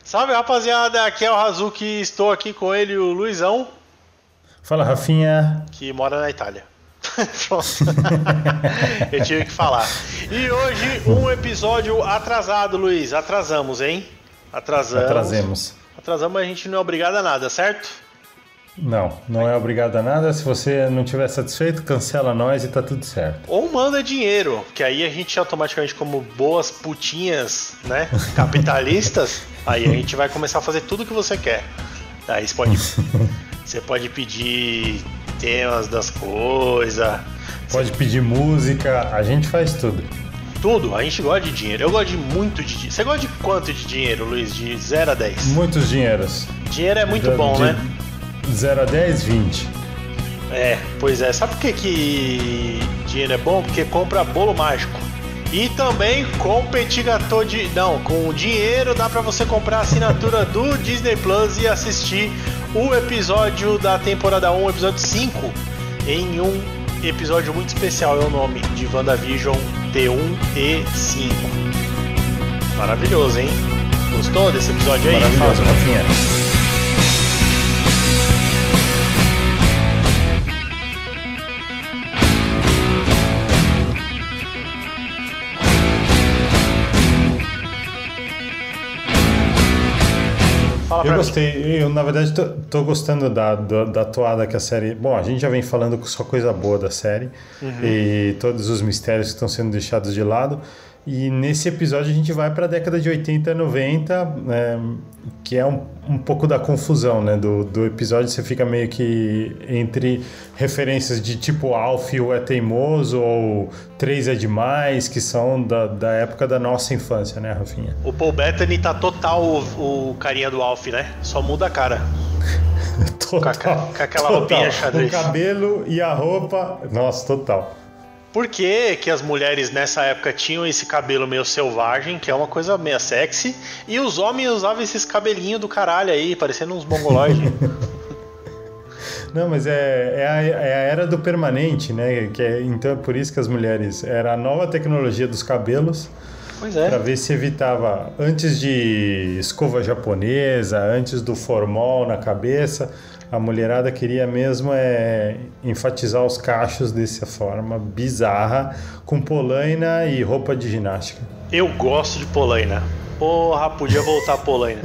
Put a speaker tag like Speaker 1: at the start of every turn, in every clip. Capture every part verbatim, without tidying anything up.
Speaker 1: Salve, rapaziada, aqui é o Hazuki, estou aqui com ele, o Luizão.
Speaker 2: Fala, Rafinha.
Speaker 1: Que mora na Itália. Pronto. Eu tive que falar. E hoje um episódio atrasado, Luiz. Atrasamos, hein? Atrasamos.
Speaker 2: Atrasemos.
Speaker 1: Atrasamos, mas a gente não é obrigado a nada, certo?
Speaker 2: Não, não é obrigado a nada. Se você não estiver satisfeito, cancela nós e tá tudo certo.
Speaker 1: Ou manda dinheiro, que aí a gente automaticamente, como boas putinhas, né, capitalistas, aí a gente vai começar a fazer tudo que você quer. Aí você pode, você pode pedir temas das coisas.
Speaker 2: Pode pedir música, a gente faz tudo.
Speaker 1: Tudo, a gente gosta de dinheiro. Eu gosto de muito de dinheiro. Você gosta de quanto de dinheiro, Luiz? De zero a dez?
Speaker 2: Muitos dinheiros.
Speaker 1: Dinheiro é muito
Speaker 2: de,
Speaker 1: bom,
Speaker 2: de
Speaker 1: né?
Speaker 2: zero a dez, vinte.
Speaker 1: É, pois é. Sabe por que, que dinheiro é bom? Porque compra bolo mágico. E também com petit gâteau de... Não, com dinheiro dá pra você comprar a assinatura do Disney Plus e assistir o episódio da temporada um, episódio cinco, em um episódio muito especial. É o nome de WandaVision T um e cinco. Maravilhoso, hein? Gostou desse episódio aí?
Speaker 2: Maravilhoso, Rafinha. Eu gostei, eu na verdade tô, tô gostando da, da, da toada que a série... Bom, a gente já vem falando só coisa boa da série, uhum, e todos os mistérios que estão sendo deixados de lado. E nesse episódio a gente vai para a década de oitenta, noventa, né, que é um, um pouco da confusão, né, do, do episódio. Você fica meio que entre referências de tipo Alf ou é teimoso ou três é demais, que são da, da época da nossa infância, né, Rafinha?
Speaker 1: O Paul Bettany tá total o, o carinha do Alf, né? Só muda a cara.
Speaker 2: Total,
Speaker 1: com, a, com aquela
Speaker 2: total.
Speaker 1: roupinha xadrez.
Speaker 2: O cabelo e a roupa, nossa, total.
Speaker 1: Por que que as mulheres nessa época tinham esse cabelo meio selvagem, que é uma coisa meio sexy, e os homens usavam esses cabelinhos do caralho aí, parecendo uns mongoloides?
Speaker 2: Não, mas é, é, a, é a era do permanente, né? Que é, então é por isso que as mulheres... Era a nova tecnologia dos cabelos.
Speaker 1: Pois é.
Speaker 2: Pra ver se evitava, antes de escova japonesa, antes do formol na cabeça... A mulherada queria mesmo é, enfatizar os cachos dessa forma bizarra, com polaina e roupa de ginástica.
Speaker 1: Eu gosto de polaina. Porra, podia voltar a polaina.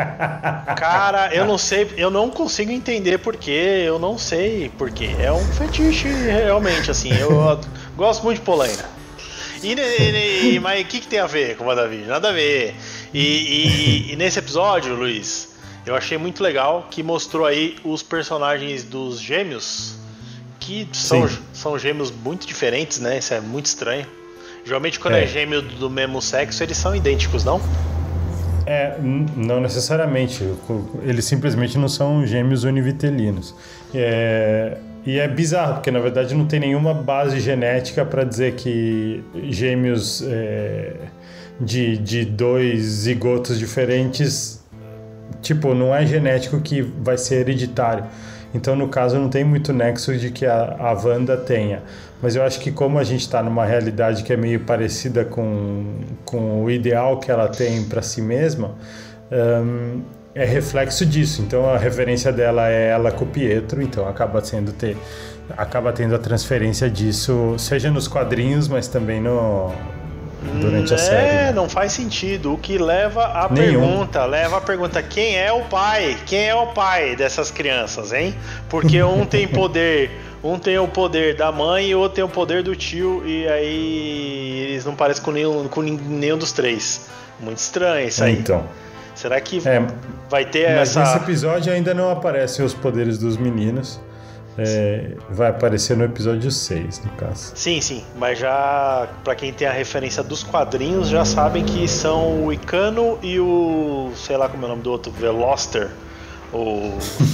Speaker 1: Cara, eu não sei, eu não consigo entender porquê, eu não sei porquê. É um fetiche realmente, assim, eu gosto muito de polaina. E, e, e, mas o que, que tem a ver com o WandaVision? Nada a ver. E, e, e nesse episódio, Luiz... Eu achei muito legal que mostrou aí os personagens dos gêmeos, que são, são gêmeos muito diferentes, né? Isso é muito estranho. Geralmente quando é, é gêmeo do mesmo sexo, eles são idênticos, não?
Speaker 2: É, não necessariamente. Eles simplesmente não são gêmeos univitelinos. É, e é bizarro, porque na verdade não tem nenhuma base genética para dizer que gêmeos é, de, de dois zigotos diferentes... Tipo, não é genético que vai ser hereditário. Então, no caso, não tem muito nexo de que a, a Wanda tenha. Mas eu acho que como a gente está numa realidade que é meio parecida com, com o ideal que ela tem para si mesma, um, é reflexo disso. Então, a referência dela é ela com o Pietro, então acaba sendo ter, acaba tendo a transferência disso, seja nos quadrinhos, mas também no... durante a
Speaker 1: é,
Speaker 2: série. É,
Speaker 1: não faz sentido. O que leva a
Speaker 2: Nenhum.
Speaker 1: pergunta, leva a pergunta, quem é o pai? Quem é o pai dessas crianças, hein? Porque um tem poder, um tem o poder da mãe e o outro tem o poder do tio, e aí eles não parecem com nenhum, com nenhum dos três. Muito estranho isso aí.
Speaker 2: Então.
Speaker 1: Será que
Speaker 2: é,
Speaker 1: vai ter
Speaker 2: mas
Speaker 1: essa...
Speaker 2: Mas nesse episódio ainda não aparecem os poderes dos meninos. É, vai aparecer no episódio seis, no caso.
Speaker 1: Sim, sim, mas já pra quem tem a referência dos quadrinhos, já sabem que são o Icano e o, sei lá como é o nome do outro, Veloster, o,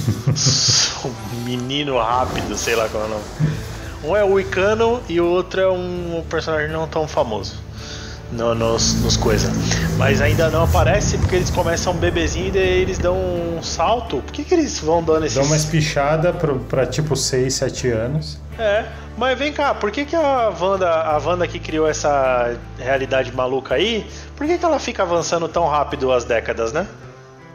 Speaker 1: o menino rápido, sei lá qual é o nome. Um é o Icano e o outro é um personagem não tão famoso no, nos, nos coisas. Mas ainda não aparece porque eles começam bebezinho e daí eles dão um salto. Por que, que eles vão dando esses...
Speaker 2: Dão uma espichada pra, pra tipo seis, sete anos.
Speaker 1: É, mas vem cá, por que, que a Wanda, a Wanda que criou essa realidade maluca aí, por que, que ela fica avançando tão rápido as décadas, né?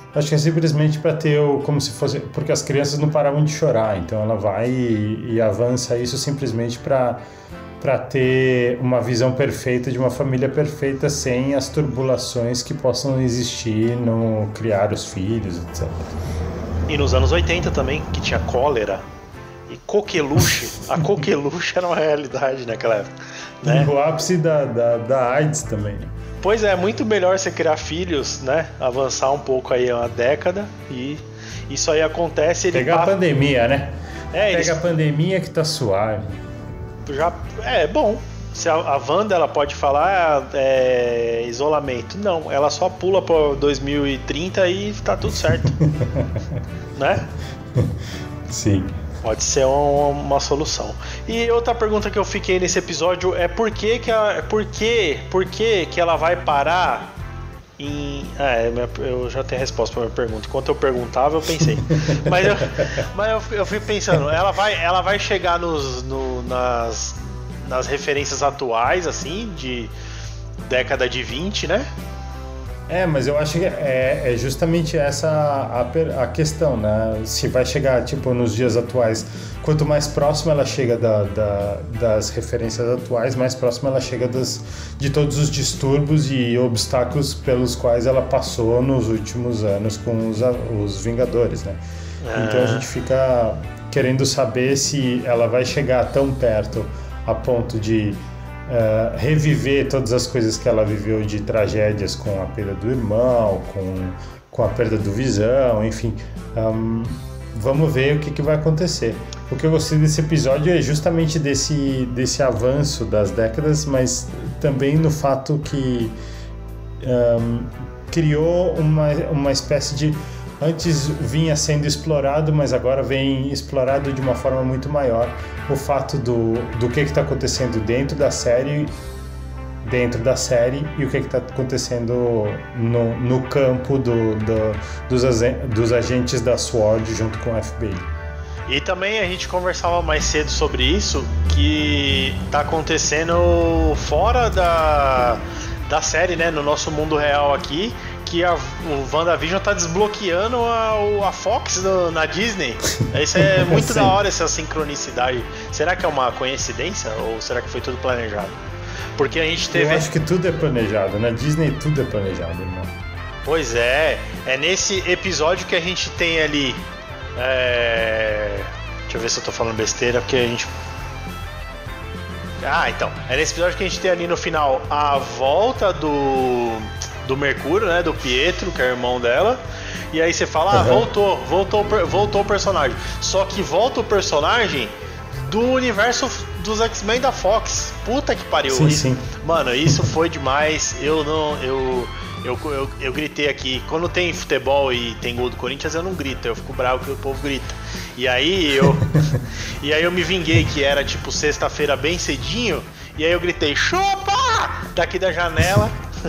Speaker 2: Acho que é simplesmente para ter o, como se fosse, porque as crianças não paravam de chorar, então ela vai e, e avança isso simplesmente para para ter uma visão perfeita de uma família perfeita sem as turbulações que possam existir no criar os filhos, etcétera.
Speaker 1: E nos anos oitenta também, que tinha cólera e coqueluche. A coqueluche era uma realidade naquela época, né?
Speaker 2: E o ápice da, da, da AIDS também.
Speaker 1: Pois é, muito melhor você criar filhos, né? Avançar um pouco aí uma década e isso aí acontece... Ele
Speaker 2: Pegar
Speaker 1: passa...
Speaker 2: a pandemia, né?
Speaker 1: É,
Speaker 2: Pega
Speaker 1: eles...
Speaker 2: a pandemia que tá suave.
Speaker 1: Já é bom. Se a, a Wanda ela pode falar é, isolamento, não, ela só pula para dois mil e trinta e tá tudo certo, né?
Speaker 2: Sim.
Speaker 1: Pode ser uma, uma solução. E outra pergunta que eu fiquei nesse episódio é por que que a, por que, por que que ela vai parar em... É, eu já tenho a resposta para minha pergunta. Enquanto eu perguntava, eu pensei. Mas eu, mas eu, eu fui pensando, ela vai, ela vai chegar nos, no, nas, nas referências atuais, assim, de década de vinte, né?
Speaker 2: É, mas eu acho que é, é justamente essa a, a questão, né? Se vai chegar, tipo, nos dias atuais, quanto mais próxima ela chega da, da, das referências atuais, mais próxima ela chega das, de todos os distúrbios e obstáculos pelos quais ela passou nos últimos anos com os, os Vingadores, né? Ah. Então a gente fica querendo saber se ela vai chegar tão perto a ponto de Uh, reviver todas as coisas que ela viveu de tragédias com a perda do irmão, com, com a perda do Visão, enfim. Um, vamos ver o que, que vai acontecer. O que eu gostei desse episódio é justamente desse, desse avanço das décadas, mas também no fato que um, criou uma, uma espécie de... Antes vinha sendo explorado, mas agora vem explorado de uma forma muito maior o fato do, do que está acontecendo dentro da série, dentro da série e o que está acontecendo no, no campo do, do, dos, dos agentes da SWORD junto com o F B I.
Speaker 1: E também a gente conversava mais cedo sobre isso, que está acontecendo fora da, da série, né, no nosso mundo real aqui, que a, o WandaVision tá desbloqueando a, a Fox no, na Disney. Isso é muito da hora, essa sincronicidade. Será que é uma coincidência ou será que foi tudo planejado? Porque a gente teve...
Speaker 2: Eu acho que tudo é planejado, na Disney tudo é planejado, irmão.
Speaker 1: Pois é, é nesse episódio que a gente tem ali... É... Deixa eu ver se eu tô falando besteira, porque a gente... Ah, então, é nesse episódio que a gente tem ali no final a volta do... do Mercúrio, né, do Pietro, que é o irmão dela, e aí você fala, ah, uhum. voltou, voltou, voltou o personagem, só que volta o personagem do universo dos X-Men da Fox, puta que pariu,
Speaker 2: sim,
Speaker 1: isso,
Speaker 2: sim.
Speaker 1: Mano, isso foi demais, eu não, eu, eu, eu, eu gritei aqui, quando tem futebol e tem gol do Corinthians eu não grito, eu fico bravo que o povo grita, e aí eu, e aí eu me vinguei que era tipo sexta-feira bem cedinho, e aí eu gritei, chupa, daqui da janela,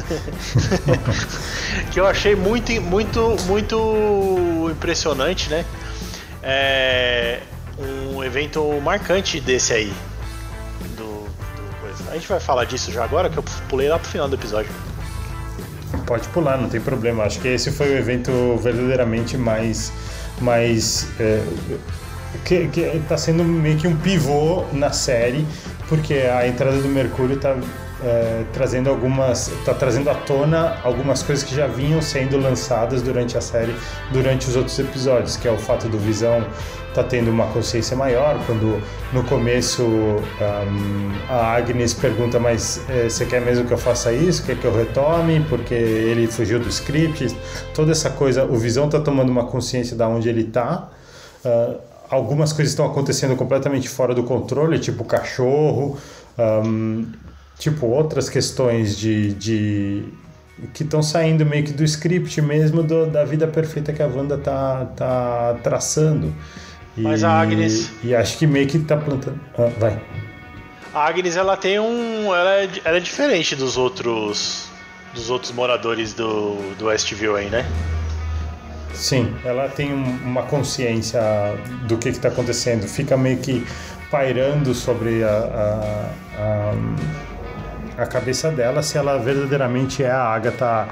Speaker 1: que eu achei muito, muito, muito impressionante, né? É um evento marcante desse aí. Do, do coisa. A gente vai falar disso já agora, que eu pulei lá pro final do episódio.
Speaker 2: Pode pular, não tem problema. Acho que esse foi o evento verdadeiramente mais, mais é, que, que tá sendo meio que um pivô na série, porque a entrada do Mercúrio tá É, trazendo algumas, tá trazendo à tona algumas coisas que já vinham sendo lançadas durante a série, durante os outros episódios, que é o fato do Visão tá tendo uma consciência maior, quando no começo um, a Agnes pergunta, mas é, você quer mesmo que eu faça isso? Quer que eu retome? Porque ele fugiu do script, toda essa coisa, o Visão tá tomando uma consciência de onde ele tá. Uh, algumas coisas estão acontecendo completamente fora do controle, tipo o cachorro, um, tipo outras questões de, de que estão saindo meio que do script mesmo, do, da vida perfeita que a Wanda tá, tá traçando. E,
Speaker 1: mas a Agnes...
Speaker 2: E acho que meio que tá plantando... Ah, vai.
Speaker 1: A Agnes, ela tem um... Ela é, ela é diferente dos outros dos outros moradores do, do Westview aí, né?
Speaker 2: Sim, ela tem um, uma consciência do que está acontecendo. Fica meio que pairando sobre a... a, a a cabeça dela se ela verdadeiramente é a Agatha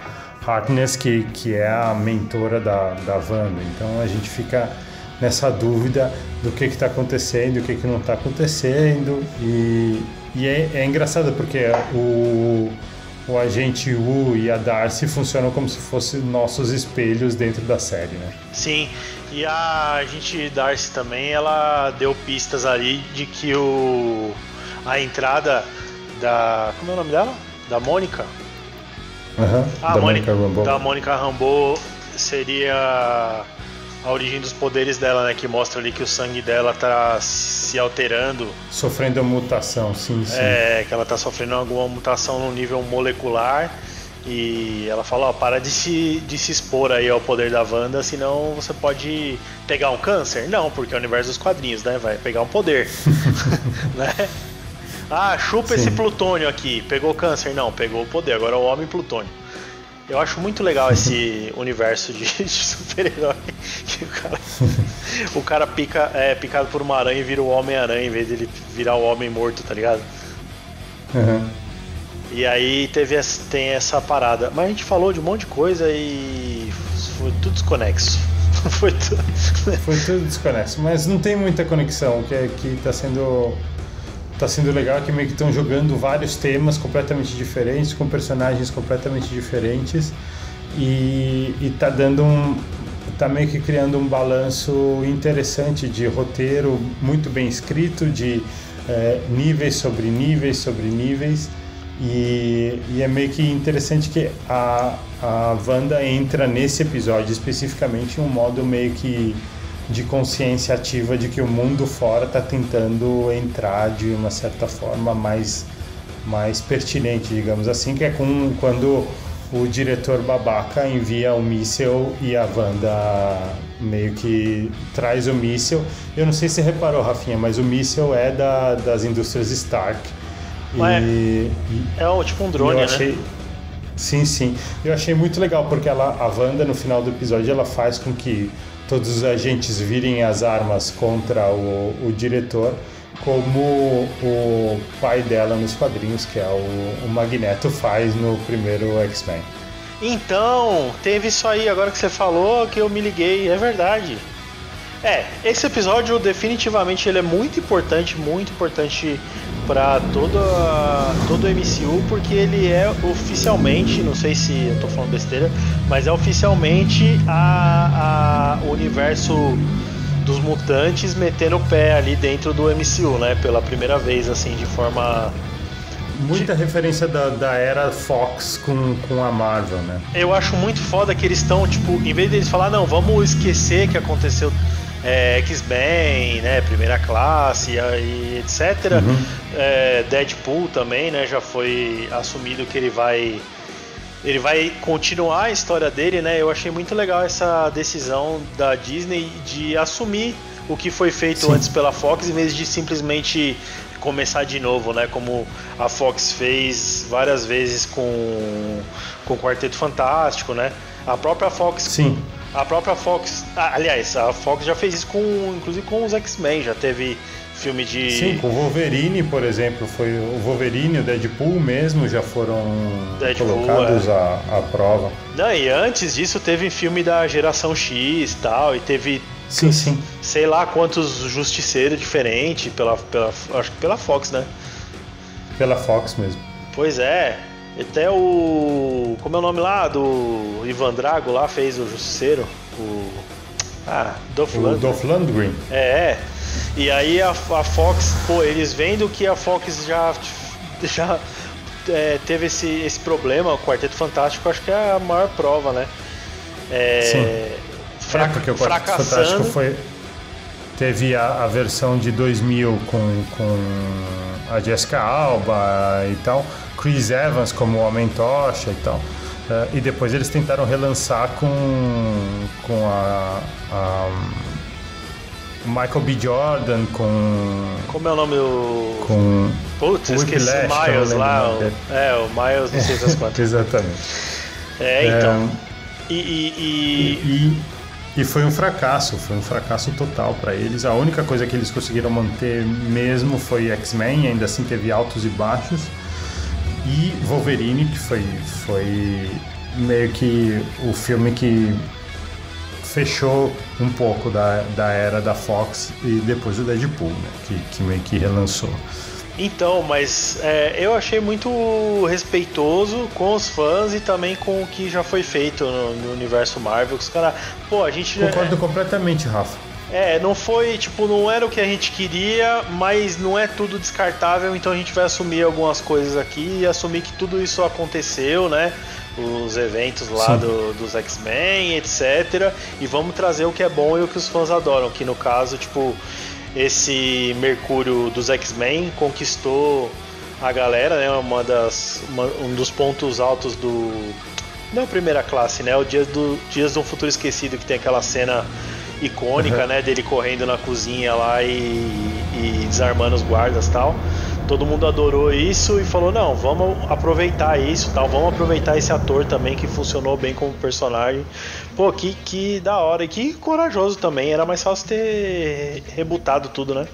Speaker 2: Harkness, que, que é a mentora da, da Wanda. Então a gente fica nessa dúvida do que está acontecendo, o que, que não está acontecendo. E, e é, é engraçado porque o, o agente Wu e a Darcy funcionam como se fossem nossos espelhos dentro da série, né?
Speaker 1: Sim, e a agente Darcy também, ela deu pistas ali de que o, a entrada da... Como é o nome dela? Da Mônica?
Speaker 2: Uhum,
Speaker 1: ah,
Speaker 2: da
Speaker 1: Mônica
Speaker 2: Rambeau.
Speaker 1: Da Mônica Rambeau seria a origem dos poderes dela, né? Que mostra ali que o sangue dela tá se alterando.
Speaker 2: Sofrendo mutação, sim, sim.
Speaker 1: É, que ela tá sofrendo alguma mutação no nível molecular. E ela fala, ó, para de se, de se expor aí ao poder da Wanda, senão você pode pegar um câncer. Não, porque é o universo dos quadrinhos, né? Vai pegar um poder. Né? Ah, chupa Sim. esse plutônio aqui. Pegou câncer? Não, pegou o poder. Agora é o homem plutônio. Eu acho muito legal esse universo de, de super-herói. Que o cara, o cara pica, é picado por uma aranha e vira o Homem-Aranha em vez de ele virar o homem morto, tá ligado?
Speaker 2: Uhum.
Speaker 1: E aí teve essa, tem essa parada. Mas a gente falou de um monte de coisa e foi tudo desconexo. Foi tudo,
Speaker 2: foi tudo desconexo. Mas não tem muita conexão. O que, é, que tá sendo... Tá sendo legal que meio que estão jogando vários temas completamente diferentes, com personagens completamente diferentes, e, e tá dando um... tá meio que criando um balanço interessante de roteiro muito bem escrito, de é, níveis sobre níveis sobre níveis, e, e é meio que interessante que a, a Wanda entra nesse episódio especificamente em um modo meio que de consciência ativa de que o mundo fora está tentando entrar de uma certa forma mais, mais pertinente, digamos assim, que é com, quando o diretor babaca envia o míssil e a Wanda meio que traz o míssil. Eu não sei se você reparou, Rafinha, mas o míssil é da, das indústrias Stark.
Speaker 1: Ué,
Speaker 2: e,
Speaker 1: é um, tipo um drone,
Speaker 2: achei,
Speaker 1: né?
Speaker 2: Sim, sim. Eu achei muito legal, porque ela, a Wanda, no final do episódio, ela faz com que todos os agentes virem as armas contra o, o diretor, como o pai dela nos quadrinhos, que é o, o Magneto, faz no primeiro X-Men.
Speaker 1: Então, teve isso aí, agora que você falou, que eu me liguei, é verdade. É, esse episódio definitivamente ele é muito importante, muito importante para todo, todo o M C U, porque ele é oficialmente, não sei se eu tô falando besteira, mas é oficialmente a, a, o universo dos mutantes metendo o pé ali dentro do M C U, né? Pela primeira vez, assim, de forma...
Speaker 2: Muita de... referência da, da era Fox com, com a Marvel, né?
Speaker 1: Eu acho muito foda que eles estão, tipo, em vez deles falar, não, vamos esquecer que aconteceu... É, X-Men, né, primeira classe e etc. Uhum. É, Deadpool também, né, já foi assumido que ele vai ele vai continuar a história dele, né? Eu achei muito legal essa decisão da Disney de assumir o que foi feito Sim. antes pela Fox, em vez de simplesmente começar de novo, né? Como a Fox fez várias vezes com com o Quarteto Fantástico, né? A própria Fox
Speaker 2: Sim.
Speaker 1: A própria Fox, ah, aliás, a Fox já fez isso com, inclusive com os X-Men, já teve filme de...
Speaker 2: Sim, com o Wolverine, por exemplo, foi o Wolverine e o Deadpool mesmo já foram Deadpool, colocados é. à, à prova.
Speaker 1: Não, e antes disso teve filme da Geração X e tal, e teve,
Speaker 2: sim, sim.
Speaker 1: sei lá quantos justiceiros diferentes, pela, pela, acho que pela Fox, né?
Speaker 2: Pela Fox mesmo.
Speaker 1: Pois é. Até o... Como é o nome lá? Do Ivan Drago lá fez o Justiceiro. O... Ah, Dolph Lundgren.
Speaker 2: O Dolph Lundgren.
Speaker 1: É, é. E aí a, a Fox, pô, eles vendo que a Fox já, já é, teve esse, esse problema, o Quarteto Fantástico, acho que é a maior prova, né? É,
Speaker 2: Sim. Fra- é porque o Quarteto fracassando... Fantástico foi... Teve a, a versão de dois mil com, com a Jessica Alba e tal, Chris Evans como Homem-Tocha e tal. Uh, e depois eles tentaram relançar com, com a, a Michael B. Jordan, com...
Speaker 1: Como é o nome do...
Speaker 2: Com...
Speaker 1: Putz, esqueci o Miles lá. O, é, o Miles, não sei das quantas.
Speaker 2: Exatamente.
Speaker 1: É, então... É, e...
Speaker 2: e, e, e... E foi um fracasso, foi um fracasso total para eles. A única coisa que eles conseguiram manter mesmo foi X-Men, ainda assim teve altos e baixos. E Wolverine, que foi, foi meio que o filme que fechou um pouco da, da era da Fox e depois o Deadpool, né? Que, que meio que relançou.
Speaker 1: Então, mas é, eu achei muito respeitoso com os fãs e também com o que já foi feito no, no universo Marvel. Os cara, pô, a gente
Speaker 2: Concordo
Speaker 1: é,
Speaker 2: completamente, Rafa.
Speaker 1: É, não foi, tipo, não era o que a gente queria, mas não é tudo descartável, então a gente vai assumir algumas coisas aqui e assumir que tudo isso aconteceu, né? Os eventos lá do, dos X-Men, etcétera. E vamos trazer o que é bom e o que os fãs adoram, que no caso, tipo, esse Mercúrio dos X-Men conquistou a galera, né? Uma das, uma, um dos pontos altos do... Não, Primeira Classe, né? O Dias do, Dias de um Futuro Esquecido, que tem aquela cena icônica, uhum. né, dele correndo na cozinha lá e, e desarmando os guardas e tal. Todo mundo adorou isso e falou, não, vamos aproveitar isso, tal, vamos aproveitar esse ator também que funcionou bem como personagem. Pô, que, que da hora e que corajoso também, era mais fácil ter rebutado tudo, né?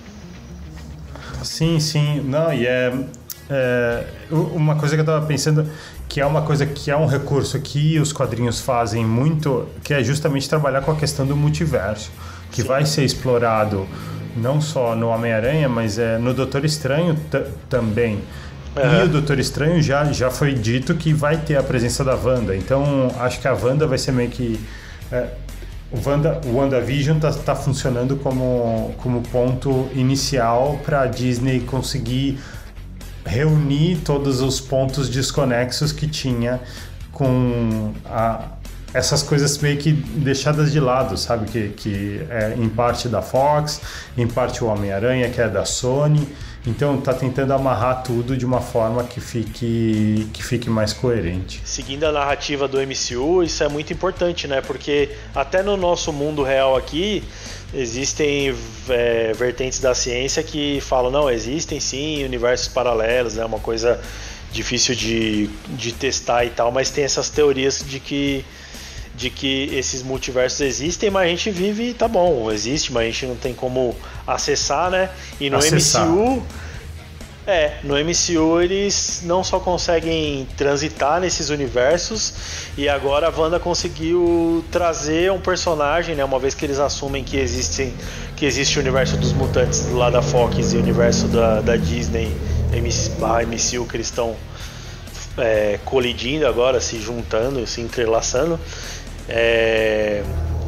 Speaker 2: Sim, sim, não, e é, é uma coisa que eu tava pensando, que é uma coisa que é um recurso que os quadrinhos fazem muito, que é justamente trabalhar com a questão do multiverso, que Sim. vai ser explorado não só no Homem-Aranha, mas é no Doutor Estranho t- também. Uhum. E o Doutor Estranho já, já foi dito que vai ter a presença da Wanda, então acho que a Wanda vai ser meio que... É, o, Wanda, o WandaVision tá, tá funcionando como, como ponto inicial para a Disney conseguir reunir todos os pontos desconexos que tinha com a, essas coisas meio que deixadas de lado, sabe? Que, que é em parte da Fox, em parte o Homem-Aranha, que é da Sony. Então tá tentando amarrar tudo de uma forma que fique, que fique mais coerente.
Speaker 1: Seguindo a narrativa do M C U, isso é muito importante, né? Porque até no nosso mundo real aqui, existem é, vertentes da ciência que falam, não, existem sim universos paralelos, é né? Uma coisa difícil de, de testar e tal, mas tem essas teorias de que, de que esses multiversos existem, mas a gente vive, tá bom, existe, mas a gente não tem como acessar, né? E no acessar. M C U... É, no M C U eles não só conseguem transitar nesses universos, e agora a Wanda conseguiu trazer um personagem, né, uma vez que eles assumem que, existem, que existe o universo dos mutantes lá da Fox e o universo da, da Disney, M C U, que eles estão é, colidindo agora, se juntando, se entrelaçando. É...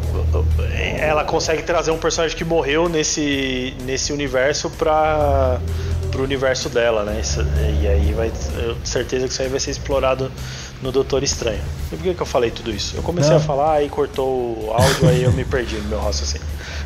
Speaker 1: Ela consegue trazer um personagem que morreu nesse, nesse universo para o universo dela, né? Isso, e aí vai, eu tenho certeza que isso aí vai ser explorado no Doutor Estranho. E por que, que eu falei tudo isso? Eu comecei Não. a falar e cortou o áudio, aí eu me perdi no meu raciocínio.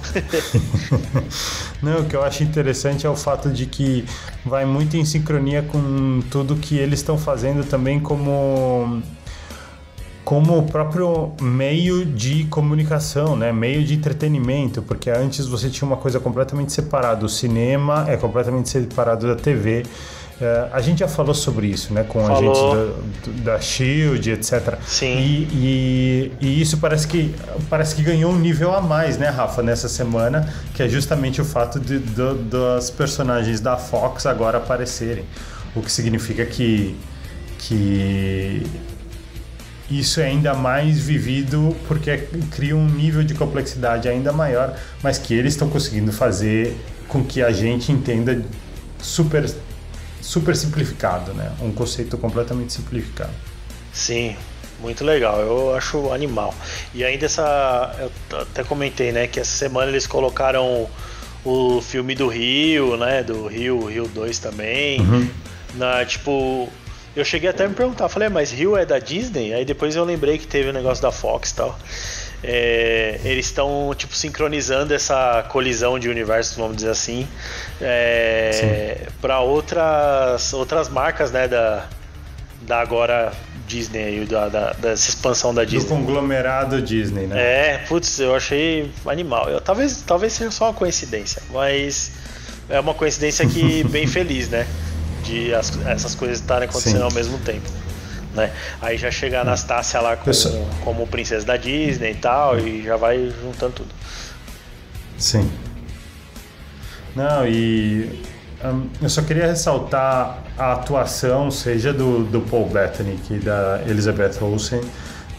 Speaker 2: Não, o que eu acho interessante é o fato de que vai muito em sincronia com tudo que eles estão fazendo também como... como o próprio meio de comunicação, né? Meio de entretenimento, porque antes você tinha uma coisa completamente separada, o cinema é completamente separado da T V. É, a gente já falou sobre isso, né? Com
Speaker 1: falou.
Speaker 2: a gente da, da Shield, etcétera.
Speaker 1: Sim.
Speaker 2: E, e, e isso parece que, parece que ganhou um nível a mais, né, Rafa, nessa semana, que é justamente o fato de, de, das personagens da Fox agora aparecerem. O que significa que... que isso é ainda mais vivido porque cria um nível de complexidade ainda maior, mas que eles estão conseguindo fazer com que a gente entenda super, super simplificado, né? Um conceito completamente simplificado.
Speaker 1: Sim, muito legal, eu acho animal. E ainda essa, eu até comentei, né, que essa semana eles colocaram o filme do Rio, né, do Rio, Rio dois também, uhum. na, tipo... Eu cheguei até a me perguntar, falei, mas Rio é da Disney? Aí depois eu lembrei que teve o um negócio da Fox e tal. É, eles estão tipo sincronizando essa colisão de universos, vamos dizer assim, é, para outras outras marcas, né, da, da agora Disney, da, da, dessa expansão da Disney.
Speaker 2: Do conglomerado Disney, né?
Speaker 1: É, putz, eu achei animal. Eu, talvez, talvez seja só uma coincidência, mas é uma coincidência que bem feliz, né? De as, essas coisas estarem acontecendo Sim. ao mesmo tempo, né? Aí já chega a Anastácia lá com, como princesa da Disney e tal, e já vai juntando tudo.
Speaker 2: Sim. Não, e um, eu só queria ressaltar a atuação, seja do, do Paul Bettany que da Elizabeth Olsen,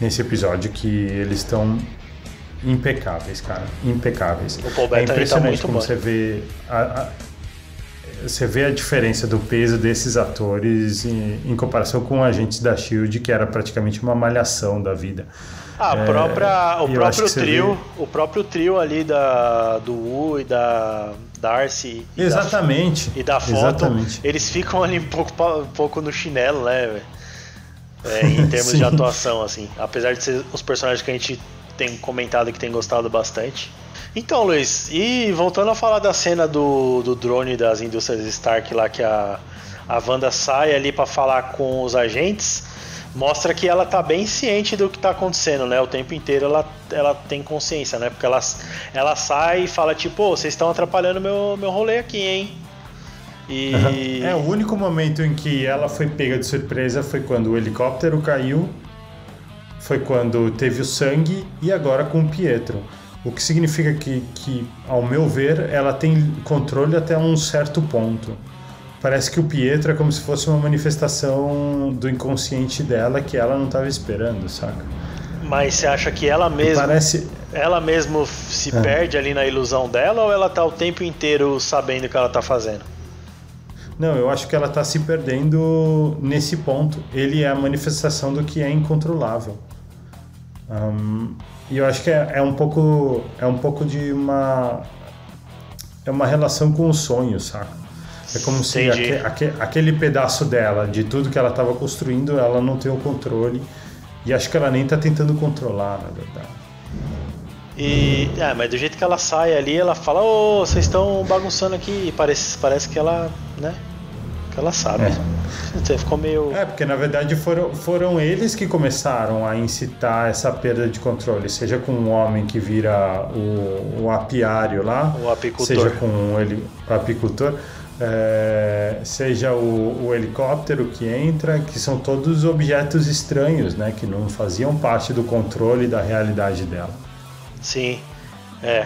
Speaker 2: nesse episódio que eles estão impecáveis, cara, impecáveis.
Speaker 1: O Paul
Speaker 2: é
Speaker 1: Bettany
Speaker 2: impressionante
Speaker 1: tá muito
Speaker 2: como
Speaker 1: bom.
Speaker 2: você vê a, a, você vê a diferença do peso desses atores em, em comparação com Agentes da Shield, que era praticamente uma malhação da vida.
Speaker 1: Ah,
Speaker 2: É,
Speaker 1: própria, o
Speaker 2: eu
Speaker 1: próprio
Speaker 2: acho que você
Speaker 1: trio,
Speaker 2: vê-
Speaker 1: o próprio trio ali da do Wu e da Darcy e
Speaker 2: Exatamente.
Speaker 1: da, e da foto,
Speaker 2: Exatamente.
Speaker 1: eles ficam ali um pouco, pa- um pouco no chinelo, né, velho? É, em termos
Speaker 2: Sim.
Speaker 1: de atuação, assim. Apesar de ser os personagens que a gente tem comentado que tem gostado bastante. Então, Luiz, e voltando a falar da cena do, do drone das indústrias Stark lá, que a, a Wanda sai ali pra falar com os agentes, mostra que ela tá bem ciente do que tá acontecendo, né? O tempo inteiro ela, ela tem consciência, né? Porque ela, ela sai e fala tipo, "Ô, vocês estão atrapalhando meu, meu rolê aqui, hein?" E...
Speaker 2: É, o único momento em que ela foi pega de surpresa foi quando o helicóptero caiu, foi quando teve o sangue e agora com o Pietro. O que significa que, que, ao meu ver, ela tem controle até um certo ponto. Parece que o Pietro é como se fosse uma manifestação do inconsciente dela que ela não estava esperando, saca?
Speaker 1: Mas você acha que ela mesma,
Speaker 2: Parece...
Speaker 1: ela mesmo se
Speaker 2: É.
Speaker 1: perde ali na ilusão dela, ou ela tá o tempo inteiro sabendo o que ela tá fazendo?
Speaker 2: Não, eu acho que ela está se perdendo nesse ponto. Ele é a manifestação do que é incontrolável. Hum, e eu acho que é, é um pouco é um pouco de uma é uma relação com o sonho, saca? É como se
Speaker 1: Entendi.
Speaker 2: aque, aque, aquele pedaço dela, de tudo que ela estava construindo, ela não tem o controle. E acho que ela nem está tentando controlar, na verdade.
Speaker 1: E, é, mas do jeito que ela sai ali, ela fala, ô, vocês estão bagunçando aqui, e parece, parece que ela, né, que ela sabe. Você ficou meio...
Speaker 2: É, porque na verdade foram, foram eles que começaram a incitar essa perda de controle, seja com um homem que vira o, o apiário lá,
Speaker 1: O apicultor.
Speaker 2: seja com ele, o apicultor, é, seja o, o helicóptero que entra, que são todos objetos estranhos, né, que não faziam parte do controle da realidade dela.
Speaker 1: Sim, é.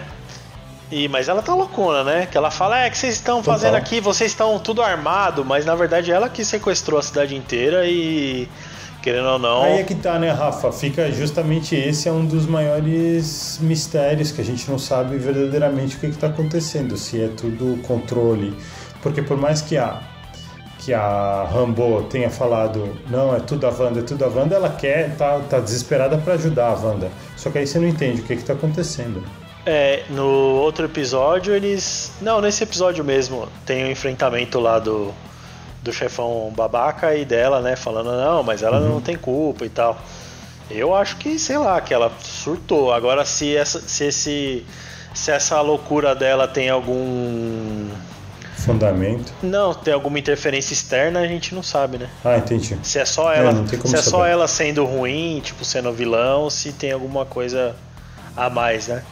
Speaker 1: E, mas ela tá loucona, né? Que ela fala, é que vocês estão fazendo
Speaker 2: Total.
Speaker 1: aqui, vocês estão tudo armado, mas na verdade ela que sequestrou a cidade inteira e, querendo ou não...
Speaker 2: Aí é que tá, né, Rafa? Fica justamente esse é um dos maiores mistérios que a gente não sabe verdadeiramente o que está acontecendo, se é tudo controle. Porque por mais que a, que a Rambo tenha falado, não, é tudo a Wanda, é tudo a Wanda, ela quer, tá, tá desesperada para ajudar a Wanda. Só que aí você não entende o que está acontecendo.
Speaker 1: É, no outro episódio eles... Não, nesse episódio mesmo tem um enfrentamento lá do, do chefão babaca e dela, né? Falando, não, mas ela
Speaker 2: Uhum.
Speaker 1: não tem culpa e tal. Eu acho que, sei lá, que ela surtou. Agora, se essa, se esse, se essa loucura dela tem algum...
Speaker 2: Fundamento.
Speaker 1: Não, tem alguma interferência externa, a gente não sabe, né?
Speaker 2: Ah, entendi.
Speaker 1: Se é só ela,
Speaker 2: não tem como
Speaker 1: se é só
Speaker 2: saber.
Speaker 1: ela sendo ruim, tipo, sendo vilão, se tem alguma coisa a mais, né?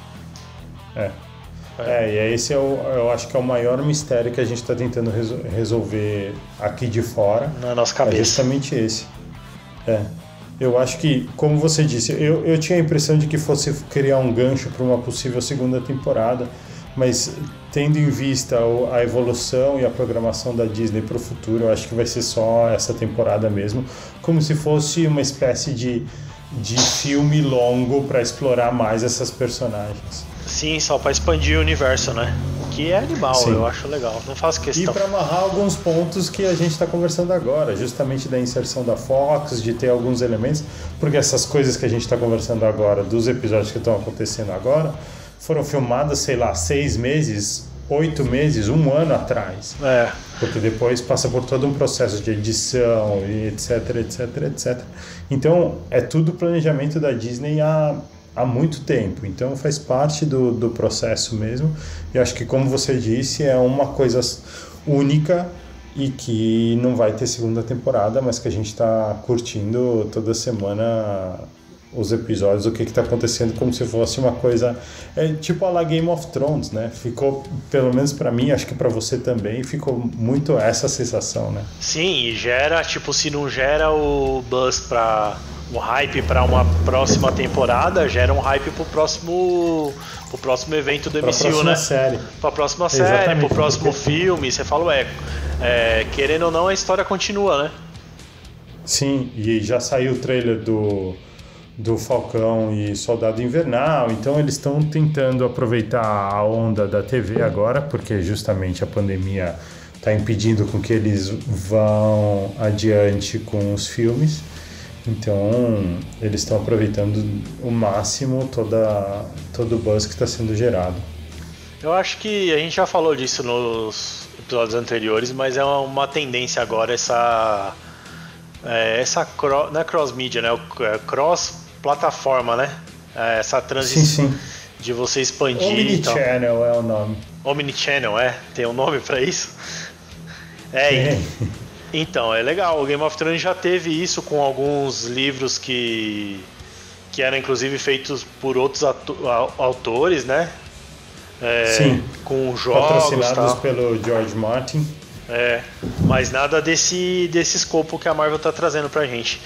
Speaker 2: É. É, e esse é o, eu acho que é o maior mistério que a gente está tentando resol- resolver aqui de fora.
Speaker 1: Na nossa
Speaker 2: É
Speaker 1: cabeça.
Speaker 2: justamente esse. É. Eu acho que, como você disse, eu, eu tinha a impressão de que fosse criar um gancho para uma possível segunda temporada, mas tendo em vista o- a evolução e a programação da Disney para o futuro, eu acho que vai ser só essa temporada mesmo, como se fosse uma espécie de, de filme longo para explorar mais essas personagens.
Speaker 1: Sim, só pra expandir o universo, né? Que é animal,
Speaker 2: Sim.
Speaker 1: eu acho legal. Não faço
Speaker 2: E
Speaker 1: questão.
Speaker 2: para amarrar alguns pontos que a gente está conversando agora, justamente da inserção da Fox, de ter alguns elementos, porque essas coisas que a gente está conversando agora, dos episódios que estão acontecendo agora, foram filmadas, sei lá, seis meses, oito meses, um ano atrás.
Speaker 1: É,
Speaker 2: Porque depois passa por todo um processo de edição e etc, etc, etcétera. Então, é tudo planejamento da Disney há, há muito tempo. Então, faz parte do, do processo mesmo. E acho que, como você disse, é uma coisa única e que não vai ter segunda temporada, mas que a gente está curtindo toda semana os episódios, o que está acontecendo, como se fosse uma coisa é, tipo a la Game of Thrones, né? Ficou, pelo menos para mim, acho que para você também, ficou muito essa sensação, né?
Speaker 1: sim, e gera, tipo, se não gera o buzz pra... o hype pra uma próxima temporada, gera um hype pro próximo pro próximo evento do
Speaker 2: Para a
Speaker 1: M C U,
Speaker 2: próxima
Speaker 1: né?
Speaker 2: série.
Speaker 1: Pra próxima série,
Speaker 2: Exatamente,
Speaker 1: pro próximo
Speaker 2: porque-
Speaker 1: filme. Você fala, ué, é, querendo ou não, a história continua, né?
Speaker 2: Sim, e já saiu o trailer do, do Falcão e Soldado Invernal. Então eles estão tentando aproveitar a onda da T V agora, porque justamente a pandemia está impedindo com que eles vão adiante com os filmes. Então eles estão aproveitando o máximo toda, todo o buzz que está sendo gerado.
Speaker 1: Eu acho que a gente já falou disso nos episódios anteriores, mas é uma tendência agora essa é, essa cro, não é cross media, né? É cross plataforma, né? É, essa transição sim, sim. de você expandir.
Speaker 2: Omnichannel é o nome.
Speaker 1: Omnichannel, é? Tem um nome pra isso? É. Sim. Então, é legal. O Game of Thrones já teve isso com alguns livros que que eram inclusive feitos por outros autores, né? É,
Speaker 2: sim.
Speaker 1: Com jogos
Speaker 2: patrocinados
Speaker 1: tal.
Speaker 2: pelo George Martin.
Speaker 1: É, mas nada desse, desse escopo que a Marvel tá trazendo pra gente.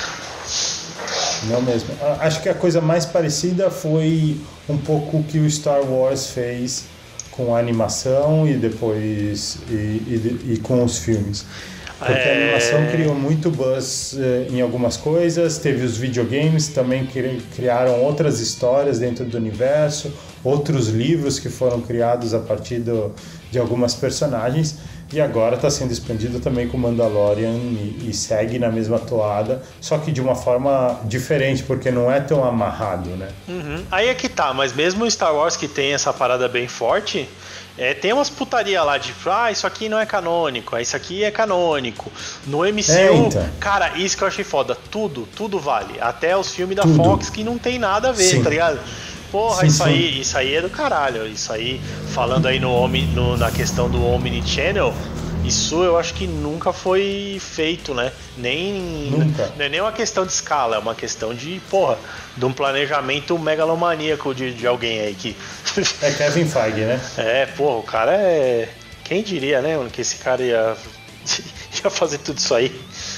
Speaker 2: Não mesmo. Acho que a coisa mais parecida foi um pouco o que o Star Wars fez com a animação e depois e, e, e com os filmes. Porque é... a animação criou muito buzz eh, em algumas coisas, teve os videogames também que criaram outras histórias dentro do universo, outros livros que foram criados a partir do, de algumas personagens, e agora está sendo expandido também com Mandalorian e, e segue na mesma toada, só que de uma forma diferente, porque não é tão amarrado, né?
Speaker 1: Uhum. Aí é que tá, mas mesmo o Star Wars que tem essa parada bem forte... É, tem umas putaria lá de ah, isso aqui não é canônico, isso aqui é canônico. No M C U, é, então. Cara, isso que eu achei foda. Tudo, tudo vale. Até os filmes da tudo. Fox que não tem nada a ver, sim. Tá ligado? Porra, sim, isso, sim. Aí, isso aí é do caralho. Isso aí, falando aí no, no, na questão do Omnichannel, isso eu acho que nunca foi feito, né? Nem,
Speaker 2: nunca.
Speaker 1: Não é nem uma questão de escala, é uma questão de, porra, de um planejamento megalomaníaco de, de alguém aí que...
Speaker 2: É Kevin Feige, né?
Speaker 1: É, porra, o cara é... Quem diria, né, que esse cara ia, ia fazer tudo isso aí?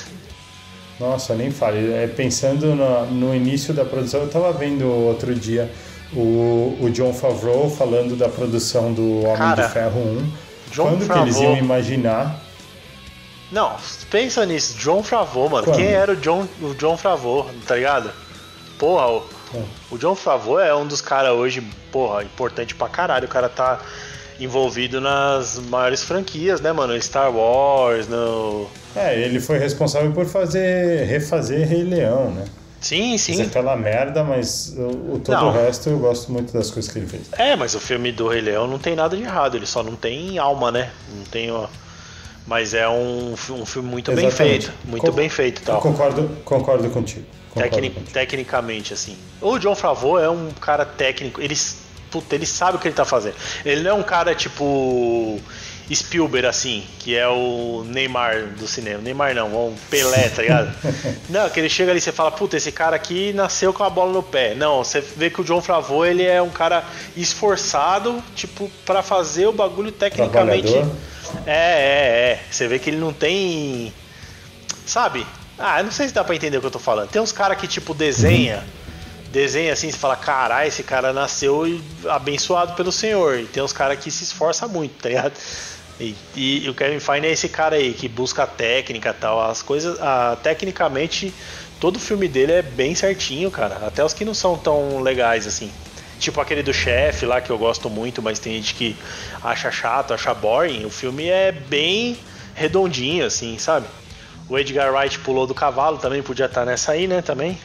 Speaker 2: Nossa, nem fale. É, pensando no, no início da produção, eu tava vendo outro dia o, o Jon Favreau falando da produção do Homem cara, de Ferro um. John Quando Favreau. Que eles iam imaginar?
Speaker 1: Não, pensa nisso, Jon Favreau, mano. Quando? Quem era o John, o Jon Favreau, tá ligado? Porra, o, é. o Jon Favreau é um dos caras hoje, porra, importante pra caralho. O cara tá envolvido nas maiores franquias, né, mano? Star Wars, no...
Speaker 2: É, ele foi responsável por fazer, refazer Rei Leão, né?
Speaker 1: Sim, sim.
Speaker 2: Fez aquela merda, mas o, o todo não. O resto eu gosto muito das coisas que ele fez.
Speaker 1: É, mas o filme do Rei Leão não tem nada de errado, ele só não tem alma, né? Não tem... Ó... Mas é um, um filme muito Exatamente. Bem feito, muito Com, bem feito e tal.
Speaker 2: Concordo, concordo contigo. Concordo
Speaker 1: Tecnic,
Speaker 2: contigo.
Speaker 1: Tecnicamente, assim. O Jon Favreau é um cara técnico, ele, puta, ele sabe o que ele tá fazendo. Ele não é um cara tipo Spielberg, assim, que é o Neymar do cinema. Neymar não, é um Pelé, tá ligado? Não, que ele chega ali e você fala, puta, esse cara aqui nasceu com a bola no pé. Não, você vê que o Jon Favreau, ele é um cara esforçado, tipo, pra fazer o bagulho tecnicamente... É, é, é. Você vê que ele não tem... Sabe? Ah, eu não sei se dá pra entender o que eu tô falando. Tem uns caras que, tipo, desenha... Uhum. Desenha assim, você fala, caralho, esse cara nasceu abençoado pelo Senhor. E tem uns caras que se esforçam muito, tá ligado? E, e, e o Kevin Feige é esse cara aí, que busca a técnica e tal. As coisas... Ah, tecnicamente, todo filme dele é bem certinho, cara. Até os que não são tão legais, assim. Tipo aquele do chefe lá, que eu gosto muito, mas tem gente que acha chato, acha boring. O filme é bem redondinho, assim, sabe? O Edgar Wright pulou do cavalo também, podia estar nessa aí, né, também.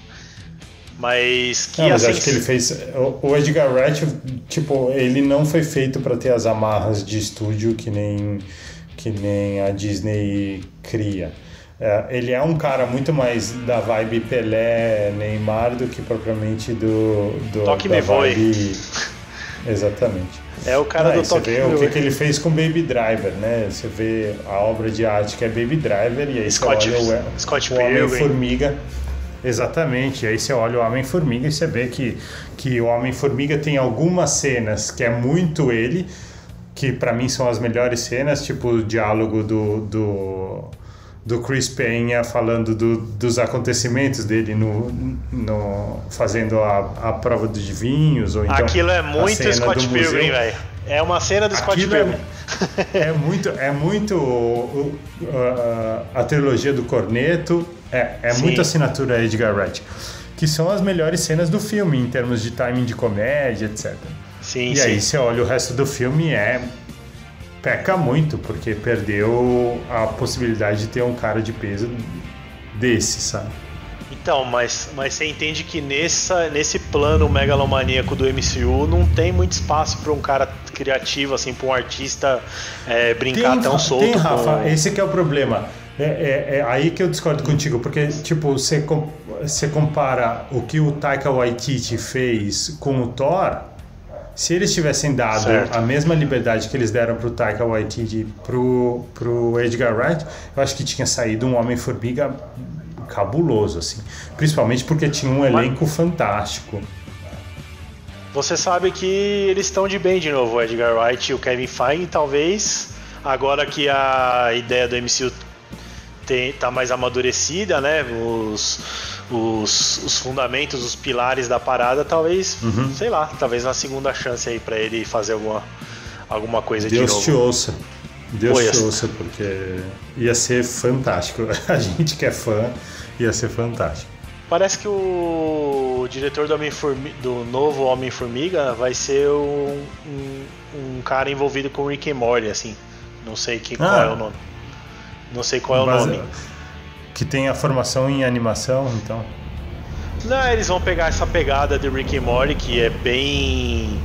Speaker 1: Mas que
Speaker 2: não, mas
Speaker 1: assim...
Speaker 2: acho que ele fez... O Edgar Wright, tipo, ele não foi feito para ter as amarras de estúdio que nem, que nem a Disney cria. É, ele é um cara muito mais da vibe Pelé, Neymar do que propriamente do, do
Speaker 1: Toque
Speaker 2: da
Speaker 1: me
Speaker 2: vibe...
Speaker 1: voe.
Speaker 2: Exatamente.
Speaker 1: É o cara ah, do Toque
Speaker 2: me voe. Você vê o que, que ele fez com Baby Driver, né? Você vê a obra de arte que é Baby Driver e aí
Speaker 1: Scott,
Speaker 2: você olha o,
Speaker 1: Scott
Speaker 2: o Homem-Formiga. Exatamente. E aí você olha o Homem-Formiga e você vê que, que o Homem-Formiga tem algumas cenas que é muito ele, que pra mim são as melhores cenas, tipo o diálogo do... do do Chris Penha falando do, dos acontecimentos dele no, no, fazendo a, a prova dos vinhos ou então
Speaker 1: aquilo é muito Scott Pilgrim, velho. É uma cena do Scott Pilgrim.
Speaker 2: É, é muito, é muito uh, uh, a trilogia do Corneto, é, é muita assinatura Edgar Wright. que são as melhores cenas do filme, em termos de timing de comédia, etcétera.
Speaker 1: Sim,
Speaker 2: e
Speaker 1: sim.
Speaker 2: aí você olha o resto do filme é... peca muito, porque perdeu a possibilidade de ter um cara de peso desse, sabe?
Speaker 1: Então, mas, mas você entende que nessa, nesse plano megalomaníaco do M C U não tem muito espaço para um cara criativo, assim, para um artista é, brincar
Speaker 2: tem,
Speaker 1: tão solto.
Speaker 2: Tem, Rafa,
Speaker 1: com...
Speaker 2: esse que é o problema. É, é, é aí que eu discordo contigo, porque tipo, você, você compara o que o Taika Waititi fez com o Thor. Se eles tivessem dado certo. a mesma liberdade que eles deram pro Taika Waititi pro, pro Edgar Wright, eu acho que tinha saído um Homem-Formiga cabuloso, assim. Principalmente porque tinha um elenco Mas... fantástico.
Speaker 1: Você sabe que eles estão de bem de novo, o Edgar Wright e o Kevin Feige, talvez, agora que a ideia do M C U tem, tá mais amadurecida, né? Os, os, os fundamentos, os pilares da parada, talvez, uhum. sei lá, talvez uma segunda chance aí pra ele fazer alguma, alguma coisa
Speaker 2: Deus
Speaker 1: de novo.
Speaker 2: Deus te ouça. Deus
Speaker 1: Oi,
Speaker 2: te ouça, porque ia ser fantástico. A gente que é fã, ia ser fantástico.
Speaker 1: Parece que o diretor do, do novo Homem-Formiga vai ser um, um, um cara envolvido com Rick and Morty, assim. Não sei que, qual ah, é o nome. Não sei qual é o nome.
Speaker 2: Que tem a formação em animação, então.
Speaker 1: Não, eles vão pegar essa pegada de Rick and Morty, que é bem...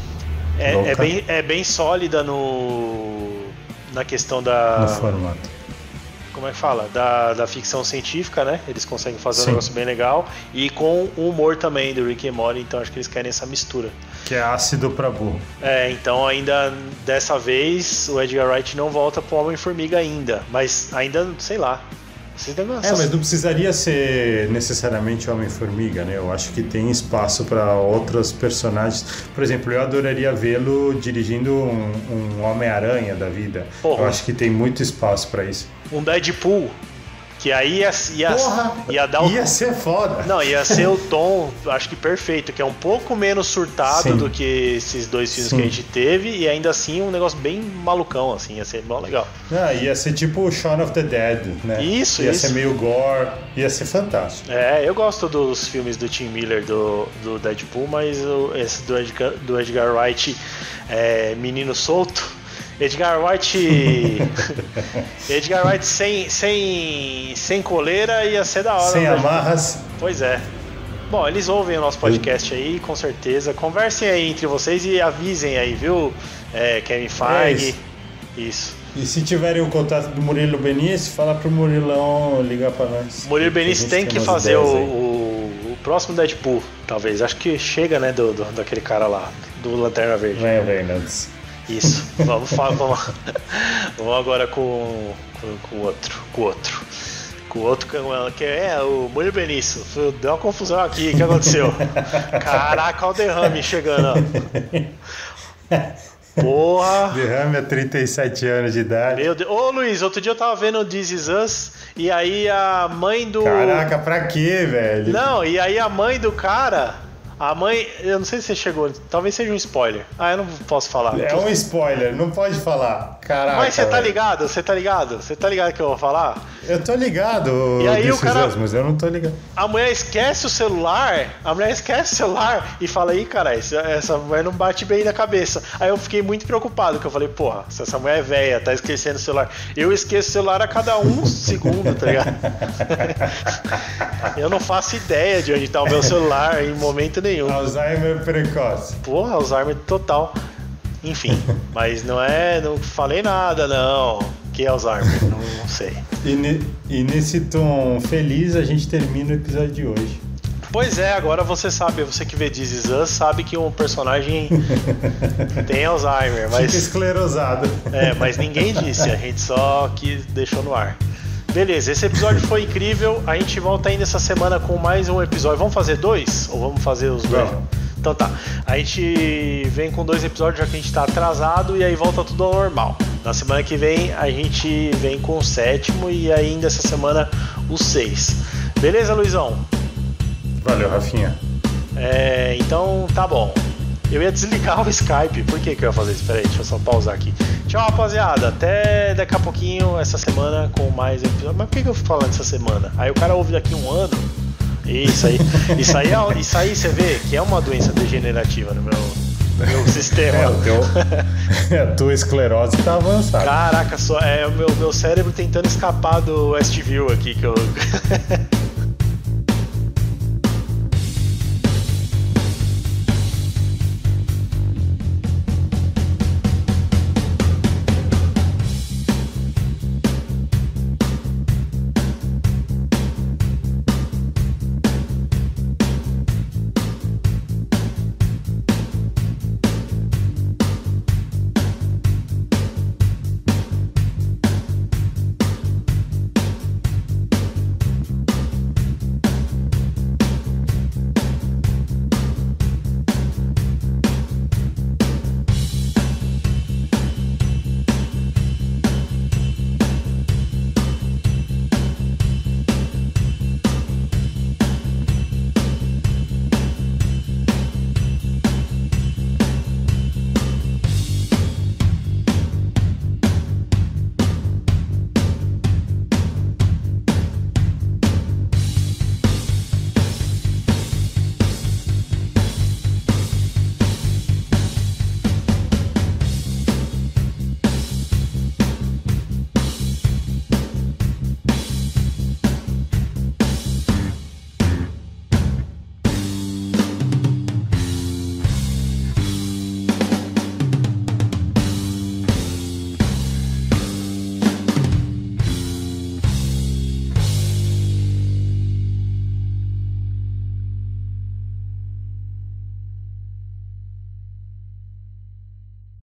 Speaker 1: É, é bem, é bem sólida no, na questão da...
Speaker 2: No formato.
Speaker 1: Como é que fala? Da, da ficção científica, né? Eles conseguem fazer Sim. um negócio bem legal. E com o humor também do Rick and Morty, então acho que eles querem essa mistura.
Speaker 2: Que é ácido pra burro.
Speaker 1: É, então ainda dessa vez o Edgar Wright não volta pro Homem-Formiga ainda. Mas ainda, sei lá.
Speaker 2: É, mas não precisaria ser necessariamente Homem-Formiga, né? Eu acho que tem espaço para outros personagens. Por exemplo, eu adoraria vê-lo dirigindo um, um Homem-Aranha da vida. Porra. Eu acho que tem muito espaço para isso.
Speaker 1: Um Deadpool, que aí ia, ia,
Speaker 2: Porra,
Speaker 1: ia dar o...
Speaker 2: ia ser foda.
Speaker 1: Não, ia ser o tom, acho que perfeito, que é um pouco menos surtado Sim. do que esses dois filmes Sim. que a gente teve, e ainda assim um negócio bem malucão, assim, ia ser bem legal.
Speaker 2: Ah, ia ser tipo o Shaun of the Dead, né?
Speaker 1: Isso,
Speaker 2: ia
Speaker 1: isso.
Speaker 2: Ia ser meio gore, ia ser fantástico.
Speaker 1: É, eu gosto dos filmes do Tim Miller, do, do Deadpool, mas o, esse do Edgar, do Edgar Wright, é, menino solto, Edgar Wright Edgar Wright sem, sem, sem coleira ia ser da hora.
Speaker 2: Sem amarras.
Speaker 1: Pois é. Bom, eles ouvem o nosso podcast aí, com certeza. Conversem aí entre vocês e avisem aí, viu? É, Kevin Feige. É isso. isso.
Speaker 2: E se tiverem o contato do Murilo Benício, fala pro Murilão ligar pra nós.
Speaker 1: Murilo Benício tem que fazer o, o, o próximo Deadpool, talvez. Acho que chega, né, do, do, daquele cara lá, do Lanterna Verde.
Speaker 2: Ryan Reynolds.
Speaker 1: Isso, vamos, vamos, vamos agora com, com, com o outro, com o outro, com o outro que é o Murilo Benício. Deu uma confusão aqui, o que aconteceu? Caraca, olha o derrame chegando, ó. Porra!
Speaker 2: Derrame a trinta e sete anos de idade.
Speaker 1: Meu Deus. Ô Luiz, outro dia eu tava vendo This Is Us e aí a mãe do...
Speaker 2: Caraca, pra quê, velho?
Speaker 1: Não, e aí a mãe do cara... A mãe, eu não sei se você chegou, talvez seja um spoiler. Ah, eu não posso falar.
Speaker 2: É um spoiler, não pode falar. Caraca.
Speaker 1: Mas você tá ligado? Você tá ligado? Você tá ligado que eu vou falar?
Speaker 2: Eu tô ligado.
Speaker 1: E aí o cara,
Speaker 2: mas eu não tô ligado.
Speaker 1: A mulher esquece o celular, a mulher esquece o celular e fala, ih, cara, essa, essa mulher não bate bem na cabeça. Aí eu fiquei muito preocupado, que eu falei, porra, se essa mulher é velha, tá esquecendo o celular. Eu esqueço o celular a cada um segundo, tá ligado? Eu não faço ideia de onde tá o meu celular em momento nenhum.
Speaker 2: Alzheimer precoce.
Speaker 1: Porra, Alzheimer total. Enfim, mas não é. Não falei nada, não. Que é Alzheimer? Não, não sei.
Speaker 2: E, ne, e nesse tom feliz a gente termina o episódio de hoje.
Speaker 1: Pois é, agora você sabe, você que vê This Is Us sabe que um personagem tem Alzheimer, mas.
Speaker 2: Fica esclerosado.
Speaker 1: É, mas ninguém disse, a gente só que deixou no ar. Beleza, esse episódio foi incrível. A gente volta ainda essa semana com mais um episódio. Vamos fazer dois? Ou vamos fazer os dois?
Speaker 2: Não.
Speaker 1: Então tá. A gente vem com dois episódios já que a gente tá atrasado e aí volta tudo ao normal. Na semana que vem a gente vem com o sétimo e ainda essa semana os seis. Beleza, Luizão?
Speaker 2: Valeu, Rafinha.
Speaker 1: É, então tá bom. Eu ia desligar o Skype. Por que que eu ia fazer isso? Peraí, deixa eu só pausar aqui. Tchau, rapaziada. Até daqui a pouquinho, essa semana, com mais episódios. Mas por que que eu fico falando essa semana? Aí o cara ouve daqui um ano. Isso aí. Isso aí, é, isso aí você vê que é uma doença degenerativa no meu, no meu sistema.
Speaker 2: É, o teu, a tua esclerose tá avançada.
Speaker 1: Caraca, só é o meu, meu cérebro tentando escapar do Westview aqui que eu.